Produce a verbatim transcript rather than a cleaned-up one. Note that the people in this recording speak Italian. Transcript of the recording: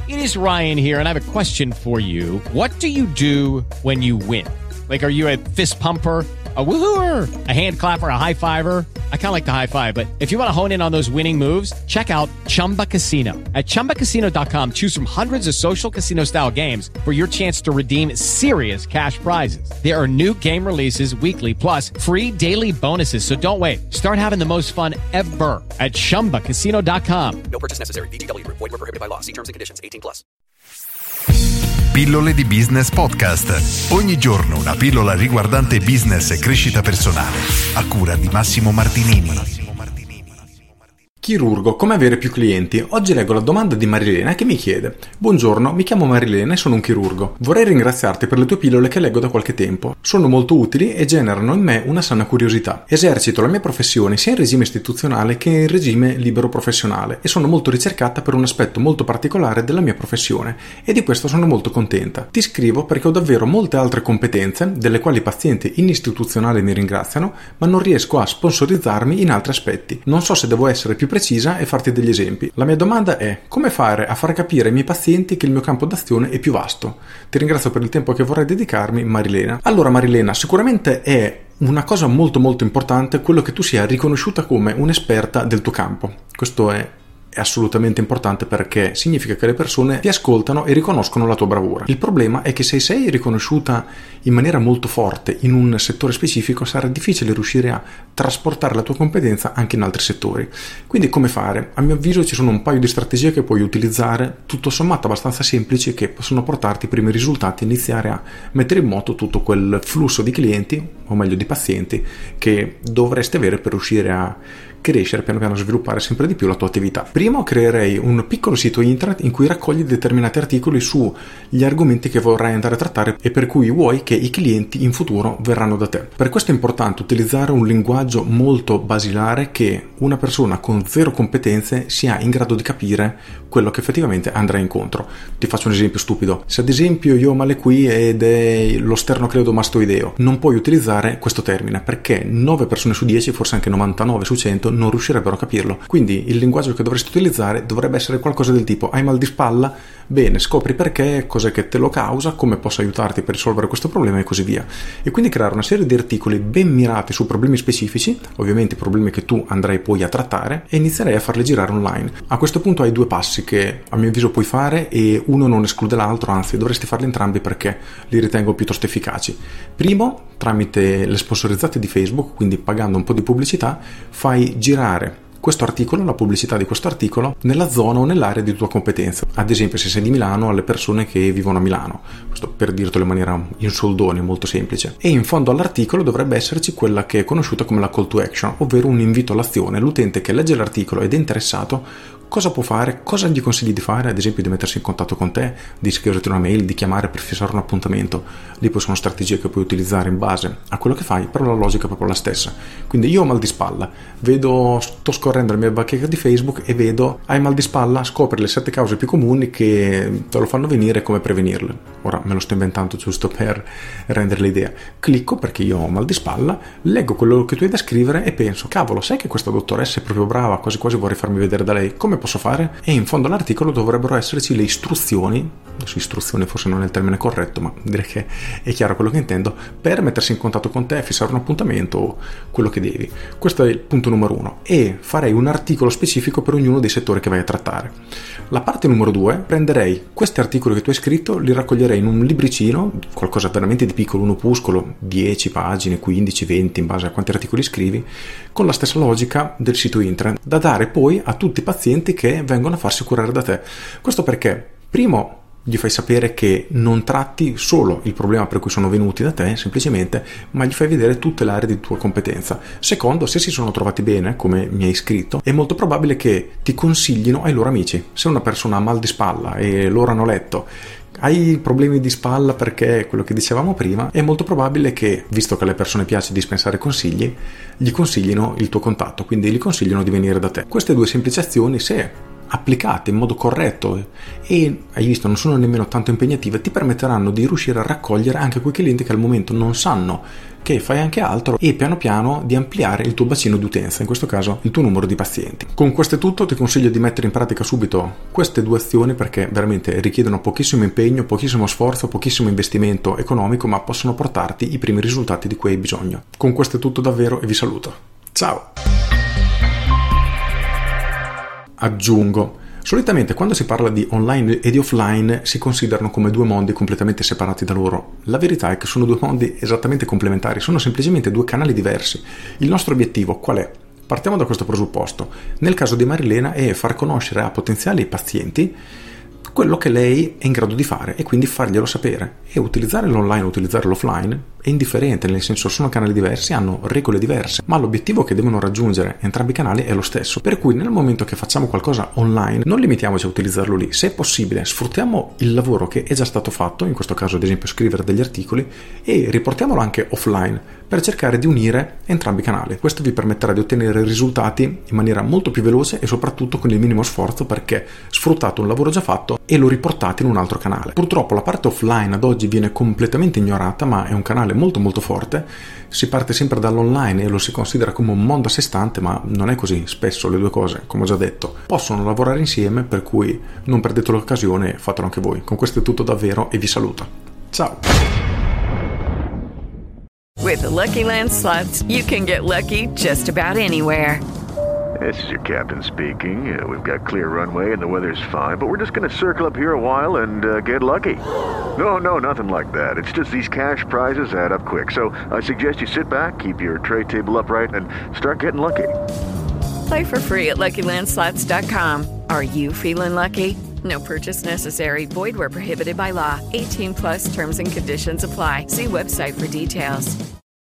It is Ryan here, and I have a question for you. What do you do when you win? Like, are you a fist pumper, a woohooer, a hand clapper, a high fiver? I kind of like the high five, but if you want to hone in on those winning moves, check out Chumba Casino. At chumba casino dot com, choose from hundreds of social casino style games for your chance to redeem serious cash prizes. There are new game releases weekly, plus free daily bonuses. So don't wait. Start having the most fun ever at chumba casino dot com. No purchase necessary. V G W Group. Void where prohibited by law. See terms and conditions. eighteen plus. Pillole di Business Podcast. Ogni giorno una pillola riguardante business e crescita personale. A cura di Massimo Martinini. Chirurgo, come avere più clienti? Oggi leggo la domanda di Marilena che mi chiede: buongiorno, mi chiamo Marilena e sono un chirurgo. Vorrei ringraziarti per le tue pillole che leggo da qualche tempo. Sono molto utili e generano in me una sana curiosità. Esercito la mia professione sia in regime istituzionale che in regime libero professionale e sono molto ricercata per un aspetto molto particolare della mia professione e di questo sono molto contenta. Ti scrivo perché ho davvero molte altre competenze, delle quali i pazienti in istituzionale mi ringraziano, ma non riesco a sponsorizzarmi in altri aspetti. Non so se devo essere più precisa e farti degli esempi. La mia domanda è: come fare a far capire ai miei pazienti che il mio campo d'azione è più vasto? Ti ringrazio per il tempo che vorrei dedicarmi, Marilena. Allora Marilena, sicuramente è una cosa molto molto importante quello che tu sia riconosciuta come un'esperta del tuo campo. Questo è È assolutamente importante perché significa che le persone ti ascoltano e riconoscono la tua bravura. Il problema è che se sei riconosciuta in maniera molto forte in un settore specifico, sarà difficile riuscire a trasportare la tua competenza anche in altri settori. Quindi come fare? A mio avviso ci sono un paio di strategie che puoi utilizzare, tutto sommato abbastanza semplici, che possono portarti i primi risultati e iniziare a mettere in moto tutto quel flusso di clienti, o meglio di pazienti, che dovresti avere per riuscire a crescere, piano piano sviluppare sempre di più la tua attività. Primo, creerei un piccolo sito internet in cui raccogli determinati articoli sugli argomenti che vorrai andare a trattare e per cui vuoi che i clienti in futuro verranno da te. Per questo è importante utilizzare un linguaggio molto basilare che una persona con zero competenze sia in grado di capire quello che effettivamente andrà incontro. Ti faccio un esempio stupido. Se ad esempio io ho male qui ed è lo sternocleidomastoideo, non puoi utilizzare questo termine perché nove persone su dieci, forse anche novantanove su cento, non riuscirebbero a capirlo. Quindi il linguaggio che dovresti utilizzare dovrebbe essere qualcosa del tipo: hai mal di spalla? Bene, scopri perché, cos'è che te lo causa, come posso aiutarti per risolvere questo problema e così via. E quindi creare una serie di articoli ben mirati su problemi specifici, ovviamente problemi che tu andrai poi a trattare, e inizierei a farli girare online. A questo punto hai due passi che a mio avviso puoi fare e uno non esclude l'altro, anzi dovresti farli entrambi perché li ritengo piuttosto efficaci. Primo, tramite le sponsorizzate di Facebook, quindi pagando un po' di pubblicità, fai girare questo articolo, la pubblicità di questo articolo, nella zona o nell'area di tua competenza. Ad esempio, se sei di Milano, alle persone che vivono a Milano. Questo per dirtelo in maniera in soldoni, molto semplice. E in fondo all'articolo dovrebbe esserci quella che è conosciuta come la call to action, ovvero un invito all'azione. L'utente che legge l'articolo ed è interessato, cosa può fare? Cosa gli consigli di fare? Ad esempio di mettersi in contatto con te, di scriverti una mail, di chiamare per fissare un appuntamento. Lì poi sono strategie che puoi utilizzare in base a quello che fai, però la logica è proprio la stessa. Quindi io ho mal di spalla, vedo, sto scorrendo la mia bacheca di Facebook e vedo: hai mal di spalla? Scopri le sette cause più comuni che te lo fanno venire e come prevenirle. Ora me lo sto inventando giusto per rendere l'idea. Clicco perché io ho mal di spalla, leggo quello che tu hai da scrivere e penso: cavolo, sai che questa dottoressa è proprio brava, quasi quasi vorrei farmi vedere da lei, come posso fare? E in fondo all'articolo dovrebbero esserci le istruzioni, adesso istruzioni forse non è il termine corretto, ma direi che è chiaro quello che intendo, per mettersi in contatto con te, fissare un appuntamento o quello che devi. Questo è il punto numero uno, e farei un articolo specifico per ognuno dei settori che vai a trattare. La parte numero due, prenderei questi articoli che tu hai scritto, li raccoglierei in un libricino, qualcosa veramente di piccolo, un opuscolo, dieci pagine, quindici, venti, in base a quanti articoli scrivi, con la stessa logica del sito internet, da dare poi a tutti i pazienti che vengono a farsi curare da te. Questo perché, primo, gli fai sapere che non tratti solo il problema per cui sono venuti da te semplicemente, ma gli fai vedere tutte le aree di tua competenza. Secondo, se si sono trovati bene, come mi hai scritto, è molto probabile che ti consiglino ai loro amici. Se una persona ha mal di spalla e loro hanno letto: hai problemi di spalla perché quello che dicevamo prima, è molto probabile che, visto che alle persone piace dispensare consigli, gli consiglino il tuo contatto, quindi gli consigliano di venire da te. Queste due semplici azioni, se applicate in modo corretto e, hai visto, non sono nemmeno tanto impegnative, ti permetteranno di riuscire a raccogliere anche quei clienti che al momento non sanno che fai anche altro e piano piano di ampliare il tuo bacino di utenza, in questo caso il tuo numero di pazienti. Con questo è tutto, ti consiglio di mettere in pratica subito queste due azioni perché veramente richiedono pochissimo impegno, pochissimo sforzo, pochissimo investimento economico, ma possono portarti i primi risultati di cui hai bisogno. Con questo è tutto davvero e vi saluto. Ciao! Aggiungo, solitamente quando si parla di online e di offline si considerano come due mondi completamente separati da loro. La verità è che sono due mondi esattamente complementari, sono semplicemente due canali diversi. Il nostro obiettivo qual è? Partiamo da questo presupposto. Nel caso di Marilena è far conoscere a potenziali pazienti quello che lei è in grado di fare e quindi farglielo sapere. E utilizzare l'online o utilizzare l'offline è indifferente, nel senso sono canali diversi, hanno regole diverse, ma l'obiettivo che devono raggiungere entrambi i canali è lo stesso. Per cui nel momento che facciamo qualcosa online non limitiamoci a utilizzarlo lì, se è possibile sfruttiamo il lavoro che è già stato fatto, in questo caso ad esempio scrivere degli articoli, e riportiamolo anche offline per cercare di unire entrambi i canali. Questo vi permetterà di ottenere risultati in maniera molto più veloce e soprattutto con il minimo sforzo, perché sfruttate un lavoro già fatto e lo riportate in un altro canale. Purtroppo la parte offline ad oggi viene completamente ignorata, ma è un canale molto molto forte. Si parte sempre dall'online e lo si considera come un mondo a sé stante, ma non è così. Spesso le due cose, come ho già detto, possono lavorare insieme, per cui non perdete l'occasione e fatelo anche voi. Con questo è tutto davvero e vi saluto. Ciao! With the Lucky Land Slots, you can get lucky just about anywhere. This is your captain speaking. Uh, we've got clear runway and the weather's fine, but we're just going to circle up here a while and uh, get lucky. No, no, nothing like that. It's just these cash prizes add up quick. So I suggest you sit back, keep your tray table upright, and start getting lucky. Play for free at Lucky Land Slots dot com. Are you feeling lucky? No purchase necessary. Void where prohibited by law. eighteen plus terms and conditions apply. See website for details.